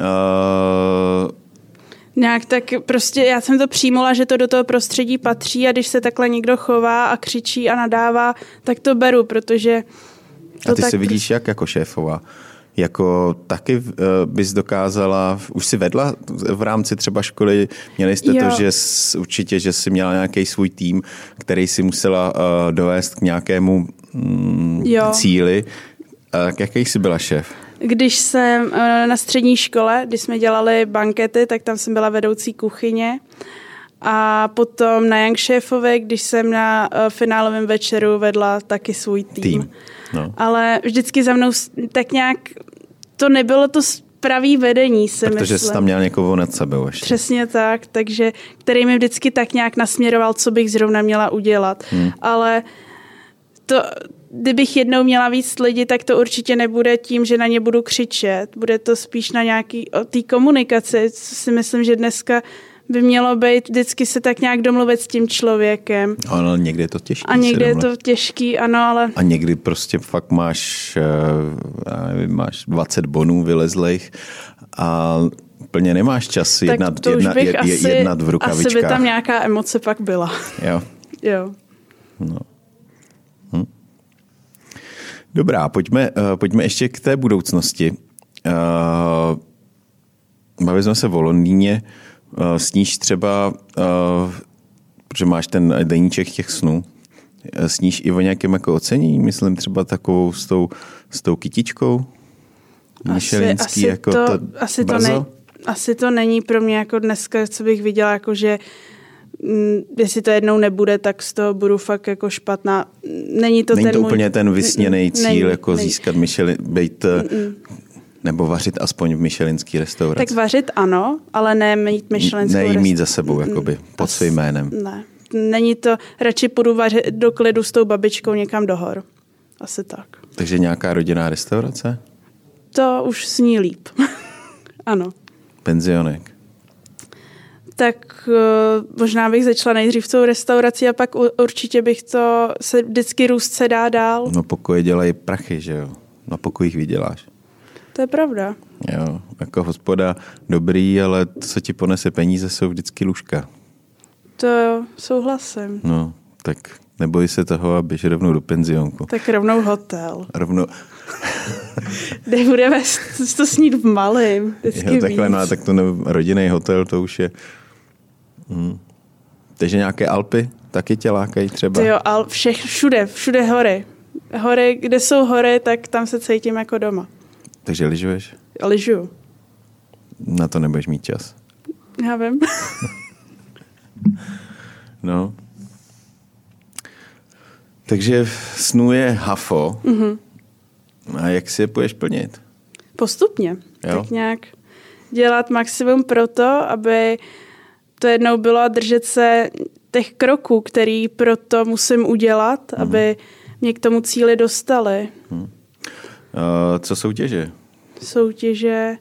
S2: nějak tak prostě já jsem to přijmula, že to do toho prostředí patří a když se takhle někdo chová a křičí a nadává, tak to beru, protože
S1: a ty se vidíš jak jako šéfová? Jako taky bys dokázala, už si vedla v rámci třeba školy, měli jste to, že určitě, že jsi měla nějaký svůj tým, který si musela dovést k nějakému cíli. Jaký jsi byla šéf?
S2: Když jsem na střední škole, když jsme dělali bankety, tak tam jsem byla vedoucí kuchyně. A potom na Young Šéfové, když jsem na finálovém večeru vedla taky svůj tým. No. Ale vždycky za mnou tak nějak to nebylo to pravý vedení, si myslím.
S1: Protože jsi tam měl někoho nad sebou ještě.
S2: Přesně tak, takže který mi vždycky tak nějak nasměroval, co bych zrovna měla udělat. Ale to, kdybych jednou měla víc lidí, tak to určitě nebude tím, že na ně budu křičet. Bude to spíš na nějaký té komunikaci, co si myslím, že dneska by mělo být vždycky se tak nějak domluvit s tím člověkem.
S1: Ale někdy je to těžký.
S2: A někdy je to těžký, ano, ale...
S1: A někdy prostě fakt máš 20 bonů vylezlejch a úplně nemáš čas jednat v rukavičkách.
S2: Asi by tam nějaká emoce pak byla. Jo.
S1: No. Dobrá, pojďme ještě k té budoucnosti. Bavili jsme se o Londýně. Sníš třeba, protože máš ten deníček těch snů, sníš i o nějakém jako ocenění, myslím třeba takovou s tou kytičkou? Michelinský jako to brzo?
S2: Asi to není pro mě jako dneska, co bych viděla, jako že jestli to jednou nebude, tak z toho budu fakt jako špatná. Není to
S1: úplně ten vysněný cíl, jako získat být... Nebo vařit aspoň v michelinský restauraci.
S2: Tak vařit ano, ale ne mít michelinskou restauraci.
S1: Mít za sebou, jakoby, pod svým jménem.
S2: Ne, není to, radši půjdu vařit do klidu s tou babičkou někam do hor. Asi tak.
S1: Takže nějaká rodinná restaurace?
S2: To už zní líp. Ano.
S1: Penzionek.
S2: Tak možná bych začala nejdřív tou restaurací a pak určitě bych to se vždycky růst se dá dál.
S1: No pokoje dělají prachy, že jo? Na pokojích vyděláš.
S2: To je pravda.
S1: Jo, jako hospoda dobrý, ale co ti ponese peníze, jsou vždycky lůžka.
S2: To souhlasím.
S1: No, tak neboj se toho a běž rovnou do penzionku.
S2: Tak rovnou hotel.
S1: Kde
S2: budeme to snít v malém.
S1: Jo, takhle, no, tak to rodinný hotel, to už je... Takže nějaké Alpy taky tě lákají třeba?
S2: Jo, všude hory. Hory, kde jsou hory, tak tam se cítím jako doma.
S1: Takže lyžuješ?
S2: Lyžuju.
S1: Na to nebudeš mít čas.
S2: Já vím.
S1: No. Takže snů je hafo. Mm-hmm. A jak si je půjdeš plnit?
S2: Postupně. Jo? Tak nějak dělat maximum pro to, aby to jednou bylo držet se těch kroků, který pro to musím udělat, aby mě k tomu cíli dostali.
S1: Co soutěže?
S2: Soutěže...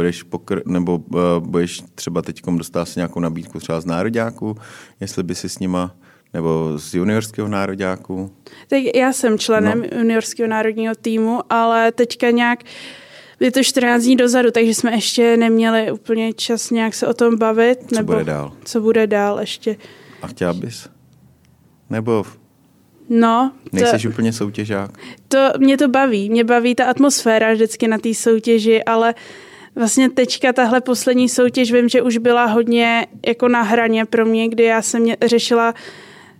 S1: Budeš třeba teďkom dostat si nějakou nabídku třeba z nároďáků, jestli by si s nima, nebo z juniorského nároďáků? Tak
S2: já jsem členem juniorského národního týmu, ale teďka nějak je to 14 dní dozadu, takže jsme ještě neměli úplně čas nějak se o tom bavit. Co bude dál ještě.
S1: A chtěla bys? Nebo...
S2: No.
S1: Nejseš úplně soutěžák?
S2: Mě to baví. Mě baví ta atmosféra vždycky na té soutěži, ale vlastně teďka tahle poslední soutěž vím, že už byla hodně jako na hraně pro mě, kdy já jsem řešila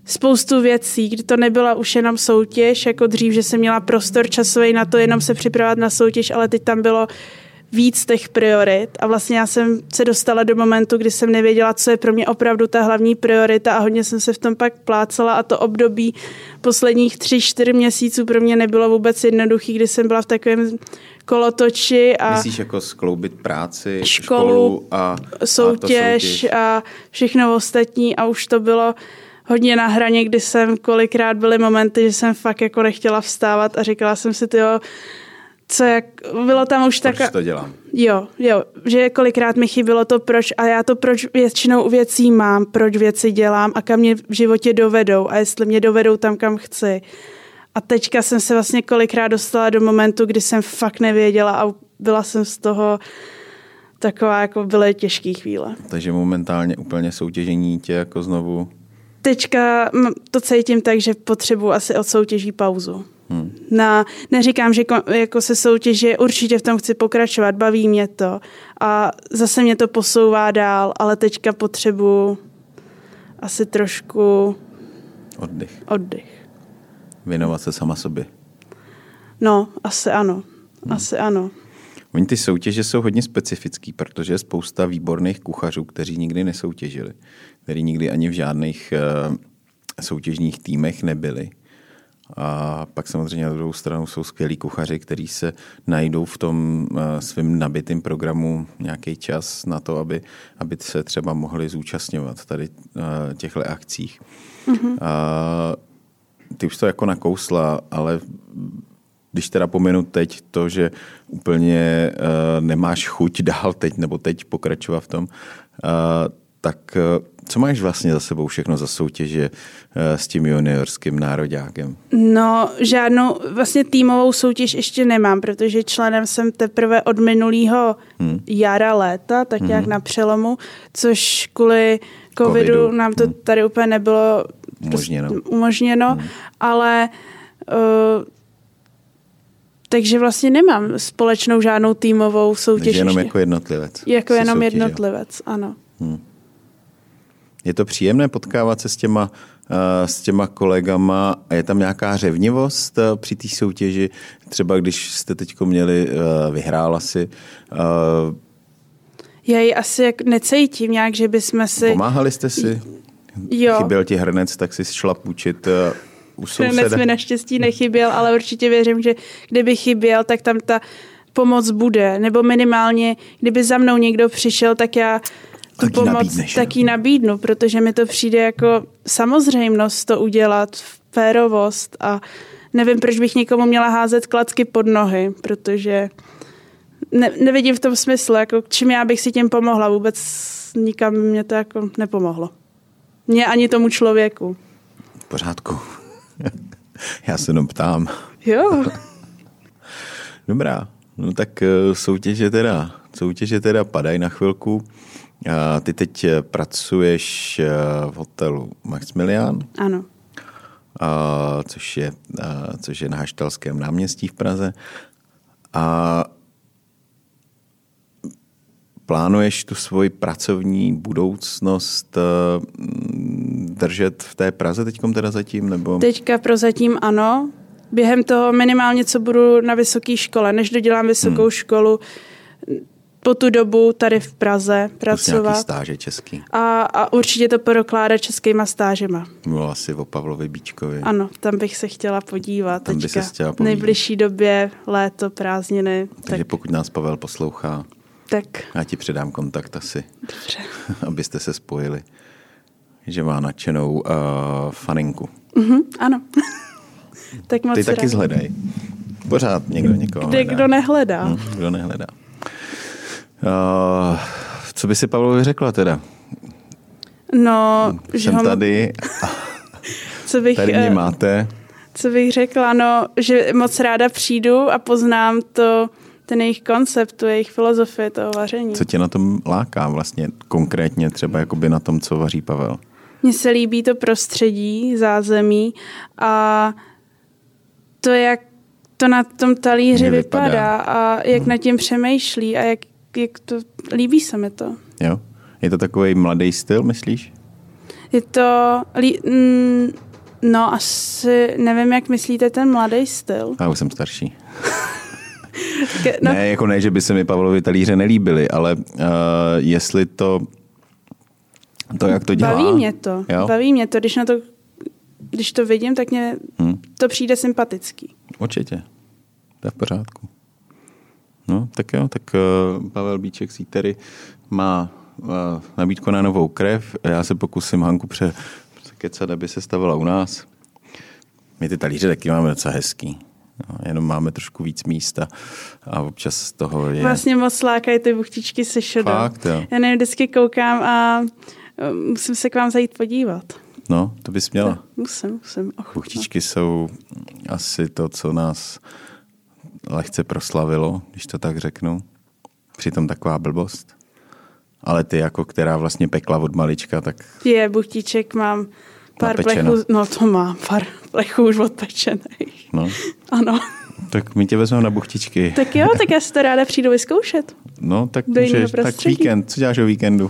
S2: spoustu věcí, kdy to nebyla už jenom soutěž, jako dřív, že jsem měla prostor časový na to jenom se připravovat na soutěž, ale teď tam bylo víc těch priorit a vlastně já jsem se dostala do momentu, kdy jsem nevěděla, co je pro mě opravdu ta hlavní priorita a hodně jsem se v tom pak plácala a to období posledních 3-4 měsíců pro mě nebylo vůbec jednoduchý, kdy jsem byla v takovém kolotoči a
S1: myslíš jako skloubit práci,
S2: školu
S1: a
S2: soutěž a všechno ostatní a už to bylo hodně na hraně, kdy jsem kolikrát byly momenty, že jsem fakt jako nechtěla vstávat a říkala jsem si, tyjo, co jak, bylo tam už tak.
S1: Proč to dělám?
S2: Jo, že kolikrát mi chybilo to proč a já to proč většinou věcí mám, proč věci dělám a kam mě v životě dovedou a jestli mě dovedou tam, kam chci. A teďka jsem se vlastně kolikrát dostala do momentu, kdy jsem fakt nevěděla a byla jsem z toho taková, jako byly těžké chvíle.
S1: Takže momentálně úplně soutěžení tě jako znovu...
S2: Teďka to cítím tak, že potřebuji asi od soutěží pauzu. Neříkám, že jako se soutěže určitě v tom chci pokračovat, baví mě to a zase mě to posouvá dál, ale teďka potřebuji asi trošku oddych.
S1: Věnovat se sama sobě.
S2: No, asi ano. Asi ano.
S1: Oni ty soutěže jsou hodně specifický, protože je spousta výborných kuchařů, kteří nikdy nesoutěžili, kteří nikdy ani v žádných soutěžních týmech nebyli. A pak samozřejmě na druhou stranu jsou skvělí kuchaři, kteří se najdou v tom svým nabitým programu nějaký čas na to, aby se třeba mohli zúčastňovat tady těchto akcích. Mm-hmm. Ty už to jako nakousla, ale když teda pominu teď to, že úplně nemáš chuť dál teď pokračovat v tom, tak co máš vlastně za sebou všechno za soutěže s tím juniorským nároďákem?
S2: No, žádnou vlastně týmovou soutěž ještě nemám, protože členem jsem teprve od minulého jara, léta, tak nějak na přelomu, což kvůli covidu nám to tady úplně nebylo umožněno, ale takže vlastně nemám společnou žádnou týmovou soutěž.
S1: Takže jenom jako jednotlivec.
S2: Jako jenom jednotlivec, ano.
S1: Je to příjemné potkávat se s těma kolegama a je tam nějaká řevnivost při té soutěži? Třeba když jste teďko měli, vyhrála si. Já
S2: ji asi jak necítím nějak, že bychom si...
S1: Pomáhali jste si?
S2: Jo.
S1: Chyběl ti hrnec, tak si šla půjčit u souseda?
S2: Hrnec mi naštěstí nechyběl, ale určitě věřím, že kdyby chyběl, tak tam ta pomoc bude. Nebo minimálně, kdyby za mnou někdo přišel, tak já tu pomoc taky nabídnu, protože mi to přijde jako samozřejmost to udělat, férovost a nevím, proč bych někomu měla házet klacky pod nohy, protože nevidím v tom smysl, jako čím já bych si tím pomohla, vůbec nikam mě to jako nepomohlo. Mně ani tomu člověku.
S1: V pořádku. Já se jenom ptám.
S2: Jo.
S1: Dobrá, no tak soutěže teda padají na chvilku. Ty teď pracuješ v hotelu Maximilian.
S2: Ano.
S1: Což je na Haštalském náměstí v Praze. A plánuješ tu svoji pracovní budoucnost držet v té Praze teďkom teda zatím? Nebo?
S2: Teďka prozatím ano. Během toho minimálně, co budu na vysoké škole, než dodělám vysokou školu, po tu dobu tady v Praze pracovat.
S1: Nějaký stáže český.
S2: A určitě to porokládat českýma stážema.
S1: Mluvila asi o Pavlovi Bíčkovi.
S2: Ano, tam bych se chtěla podívat.
S1: Tam by se chtěla podívat.
S2: V nejbližší době, léto, prázdniny.
S1: Takže pokud nás Pavel poslouchá,
S2: tak
S1: já ti předám kontakt asi.
S2: Dobře.
S1: Abyste se spojili. Že má nadšenou faninku.
S2: Ano. Tak moc
S1: ty taky zhledej. Pořád někdo někoho hledá.
S2: Kdo nehledá.
S1: Kdo nehledá. Co by si Pavlovi řekla teda?
S2: No,
S1: jsem tady. Tady mě máte.
S2: Co bych řekla? No, že moc ráda přijdu a poznám ten jejich koncept, tu jejich filozofii toho vaření.
S1: Co tě na tom láká vlastně konkrétně třeba jakoby na tom, co vaří Pavel?
S2: Mně se líbí to prostředí, zázemí a to, jak to na tom talíři vypadá a jak nad tím přemýšlí a jak to líbí se mi to.
S1: Jo? Je to takový mladý styl, myslíš?
S2: Je to... No, asi nevím, jak myslíte ten mladý styl.
S1: Já už jsem starší. No. Ne, že by se mi Pavlovi talíře nelíbily, ale jestli to, jak to dělá.
S2: Baví mě to, když to vidím, tak mě to přijde sympatický.
S1: Určitě, to je v pořádku. No, tak jo, tak Pavel Bíček z Eatery má nabídku na novou krev. Já se pokusím Hanku překecat, aby se stavila u nás. My ty talíře taky máme docela hezký. No, jenom máme trošku víc místa a občas z toho je...
S2: Vlastně moc lákají ty buchtičky se šodou.
S1: Fakt, jo.
S2: Já nevím, vždycky koukám a musím se k vám zajít podívat.
S1: No, to bys měla.
S2: No, musím.
S1: Buchtičky jsou asi to, co nás lehce proslavilo, když to tak řeknu. Přitom taková blbost. Ale ty, jako která vlastně pekla od malička, tak...
S2: Buchtiček mám pár plechů, no to mám pár plechů už odpečených.
S1: No.
S2: Ano.
S1: Tak my tě vezmeme na buchtičky.
S2: Tak jo, tak já si to ráda přijdu vyzkoušet.
S1: No, tak můžeš. Tak víkend. Co děláš o víkendu?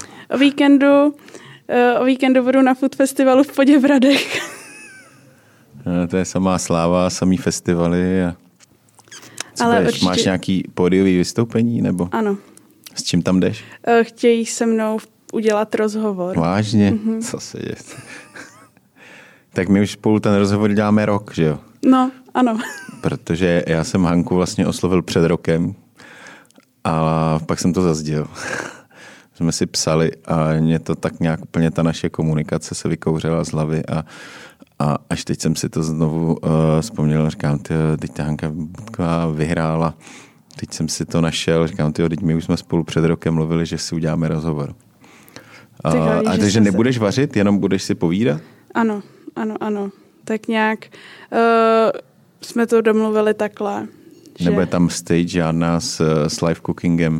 S2: O víkendu budu na food festivalu v Poděbradech.
S1: To je samá sláva, samý festivaly. A
S2: ale určitě...
S1: Máš nějaký pódiový vystoupení? Nebo?
S2: Ano.
S1: S čím tam jdeš?
S2: Chtějí se mnou udělat rozhovor.
S1: Vážně? Mm-hmm. Co se děje? Tak my už spolu ten rozhovor děláme rok, že jo?
S2: No, ano.
S1: Protože já jsem Hanku vlastně oslovil před rokem a pak jsem to zazděl. Jsme si psali a mě to tak nějak úplně ta naše komunikace se vykouřila z hlavy a až teď jsem si to znovu vzpomněl, říkám, teď ta Hanka Budková vyhrála, teď jsem si to našel, říkám, teď my už jsme spolu před rokem mluvili, že si uděláme rozhovor. Takže nebudeš vařit, jenom budeš si povídat?
S2: Ano. Tak nějak jsme to domluvili takhle. Že...
S1: Nebude tam stage žádná s live cookingem?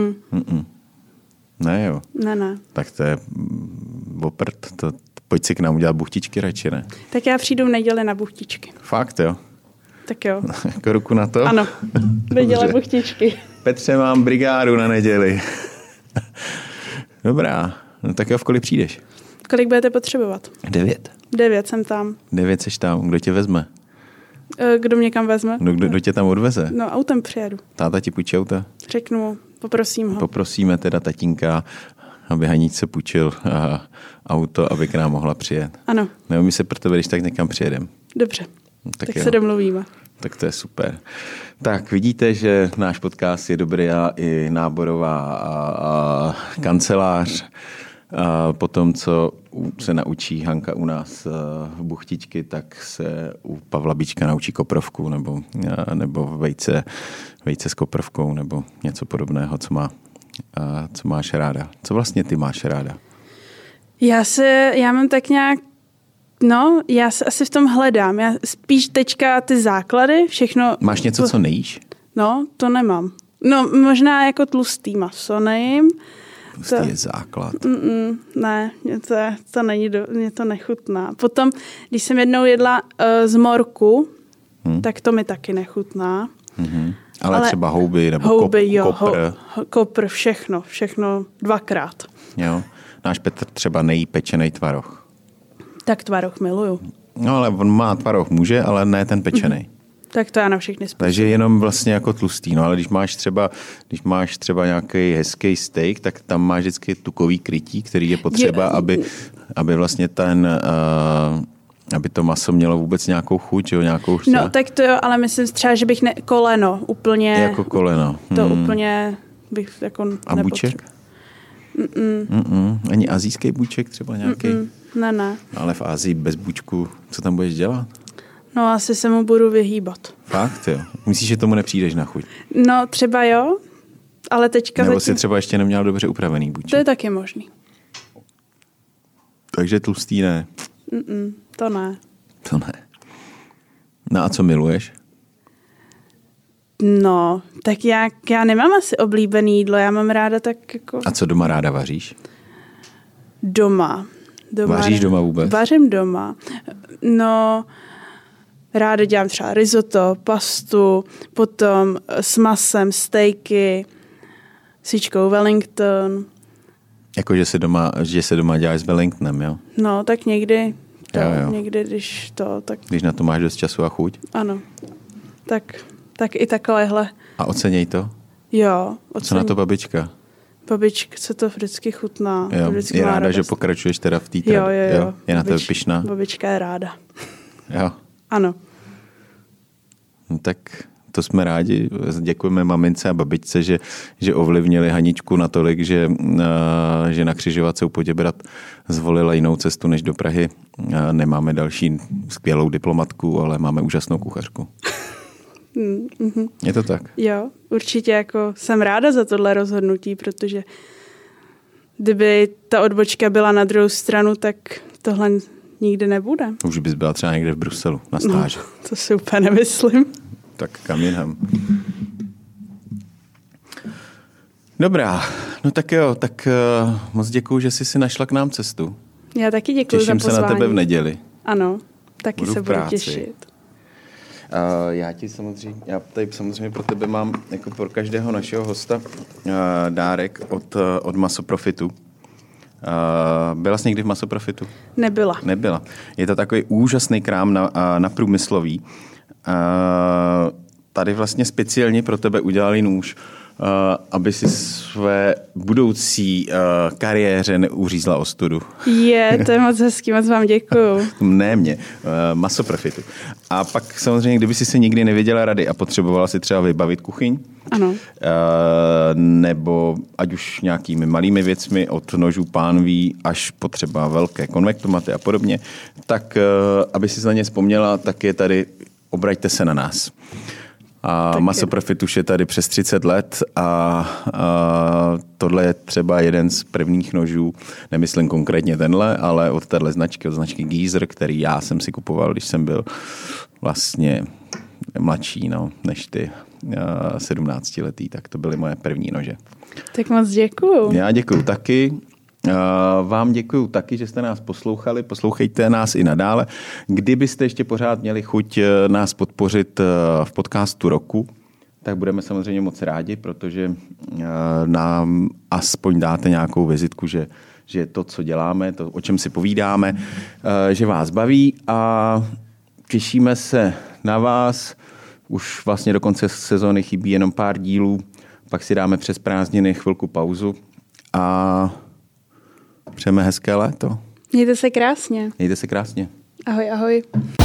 S1: Ne, jo?
S2: Ne.
S1: Tak to je oprt. Pojď si k nám udělat buchtičky radši, ne?
S2: Tak já přijdu v neděli na buchtičky.
S1: Fakt, jo?
S2: Tak jo.
S1: Jako ruku na to?
S2: Ano, neděle buchtičky.
S1: Petře, mám brigádu na neděli. Dobrá, no tak jo, v kolik přijdeš?
S2: Kolik budete potřebovat?
S1: 9.
S2: 9 jsem tam.
S1: 9 seš tam, kdo tě vezme?
S2: Kdo mě kam vezme?
S1: Kdo tě tam odveze?
S2: No, autem přijedu.
S1: Táta ti půjčí auta?
S2: Řeknu, poprosím ho.
S1: Poprosíme teda tatínka, aby Haničce půjčil auto, aby k nám mohla přijet.
S2: Ano.
S1: Nebo my se pro tebe, když tak někam přijedem.
S2: Dobře, tak se domluvíme.
S1: Tak to je super. Tak vidíte, že náš podcast je dobrý a i náborová a kancelář. A potom, co se naučí Hanka u nás v buchtičky, tak se u Pavla Bíčka naučí koprovku nebo vejce s koprovkou nebo něco podobného, co máš ráda. Co vlastně ty máš ráda?
S2: Já mám tak nějak, já se asi v tom hledám. Já spíš teďka ty základy, všechno.
S1: Máš něco, co nejíš?
S2: No, to nemám. No, možná jako tlustý maso nejím.
S1: Tlustý je základ.
S2: Ne, mě to nechutná. Potom, když jsem jednou jedla z morku, tak to mi taky nechutná.
S1: Ale třeba houby nebo kopr.
S2: Kopr, všechno dvakrát.
S1: Jo. Náš Petr třeba nejí pečenej tvaroh. Tak
S2: tvaroh miluju.
S1: No ale on má tvaroh, může, ale ne ten pečenej.
S2: Tak to já na všechny způsoby.
S1: Takže jenom vlastně jako tlustý. No ale když máš třeba nějaký hezký steak, tak tam máš vždycky tukový krytí, který je potřeba, aby vlastně aby to maso mělo vůbec nějakou chuť, jo, nějakou...
S2: No tak to jo, ale myslím třeba, že bych koleno úplně...
S1: Jako koleno.
S2: To úplně bych jako
S1: a buček? Ani asijský buček třeba nějaký?
S2: Ne.
S1: Ale v Asii bez bučku, co tam budeš dělat?
S2: No asi se mu budu vyhýbat.
S1: Fakt, jo? Myslíš, že tomu nepřijdeš na chuť?
S2: No třeba jo, ale teďka...
S1: Nebo jsi třeba ještě neměla dobře upravený buček?
S2: To je taky možný.
S1: Takže tlustý ne?
S2: To ne.
S1: To ne. No a co miluješ?
S2: No, tak já nemám asi oblíbený jídlo, já mám ráda tak jako...
S1: A co doma ráda vaříš?
S2: Doma.
S1: Vaříš doma vůbec?
S2: Vařím doma. No, ráda dělám třeba risotto, pastu, potom s masem, stejky, svíčkou Wellington.
S1: Jako, že se doma děláš s Wellingtonem, jo?
S2: No, tak někdy.
S1: Jo.
S2: Někdy, když to, tak...
S1: Když na to máš dost času a chuť?
S2: Ano. Tak i takovéhle.
S1: A oceněj to?
S2: Jo.
S1: Co na to babička?
S2: Babičce to vždycky chutná.
S1: Jo.
S2: Vždycky
S1: Je ráda,
S2: radost.
S1: Že pokračuješ teda v té
S2: Jo.
S1: Je na tebe pyšná?
S2: Babička je ráda.
S1: Jo.
S2: Ano.
S1: No, tak to jsme rádi. Děkujeme mamince a babičce, že ovlivnili Haničku natolik, že na křižovatce u Poděbrad zvolila jinou cestu než do Prahy. Nemáme další skvělou diplomatku, ale máme úžasnou kuchařku. Je to tak?
S2: Jo, určitě jako jsem ráda za tohle rozhodnutí, protože kdyby ta odbočka byla na druhou stranu, tak tohle nikdy nebude.
S1: Už bys byla třeba někde v Bruselu na stáži.
S2: No, to si úplně nemyslím.
S1: Tak kam jinam. Dobrá, no tak jo, tak moc děkuju, že jsi si našla k nám cestu.
S2: Já taky děkuju za pozvání.
S1: Těším se na tebe v neděli.
S2: Ano, taky se budu těšit.
S1: Já tady samozřejmě pro tebe mám jako pro každého našeho hosta dárek od Masoprofitu. Byla jsi někdy v Masoprofitu? Nebyla. Je to takový úžasný krám na průmyslový. Tady vlastně speciálně pro tebe udělali nůž, aby si své budoucí kariéře neuřízla ostudu.
S2: To je moc hezký, moc vám děkuju.
S1: Ne mě, Masoprofitu. A pak samozřejmě, kdyby si se nikdy nevěděla rady a potřebovala si třeba vybavit kuchyň,
S2: ano.
S1: Nebo ať už nějakými malými věcmi od nožů pánví až po třeba velké konvektomaty a podobně, tak aby si na ně vzpomněla, tak je tady, obraťte se na nás. A Masoprofit už je tady přes 30 let a tohle je třeba jeden z prvních nožů, nemyslím konkrétně tenhle, ale od téhle značky, od značky Geezer, který já jsem si kupoval, když jsem byl vlastně mladší než ty 17letý, tak to byly moje první nože.
S2: Tak moc děkuju.
S1: Já děkuju taky. Vám děkuju taky, že jste nás poslouchali. Poslouchejte nás i nadále. Kdybyste ještě pořád měli chuť nás podpořit v podcastu roku, tak budeme samozřejmě moc rádi, protože nám aspoň dáte nějakou vizitku, že to, co děláme, to, o čem si povídáme, že vás baví a těšíme se na vás. Už vlastně do konce sezóny chybí jenom pár dílů, pak si dáme přes prázdniny chvilku pauzu a přejeme hezké léto.
S2: Mějte se krásně.
S1: Mějte se krásně.
S2: Ahoj, ahoj.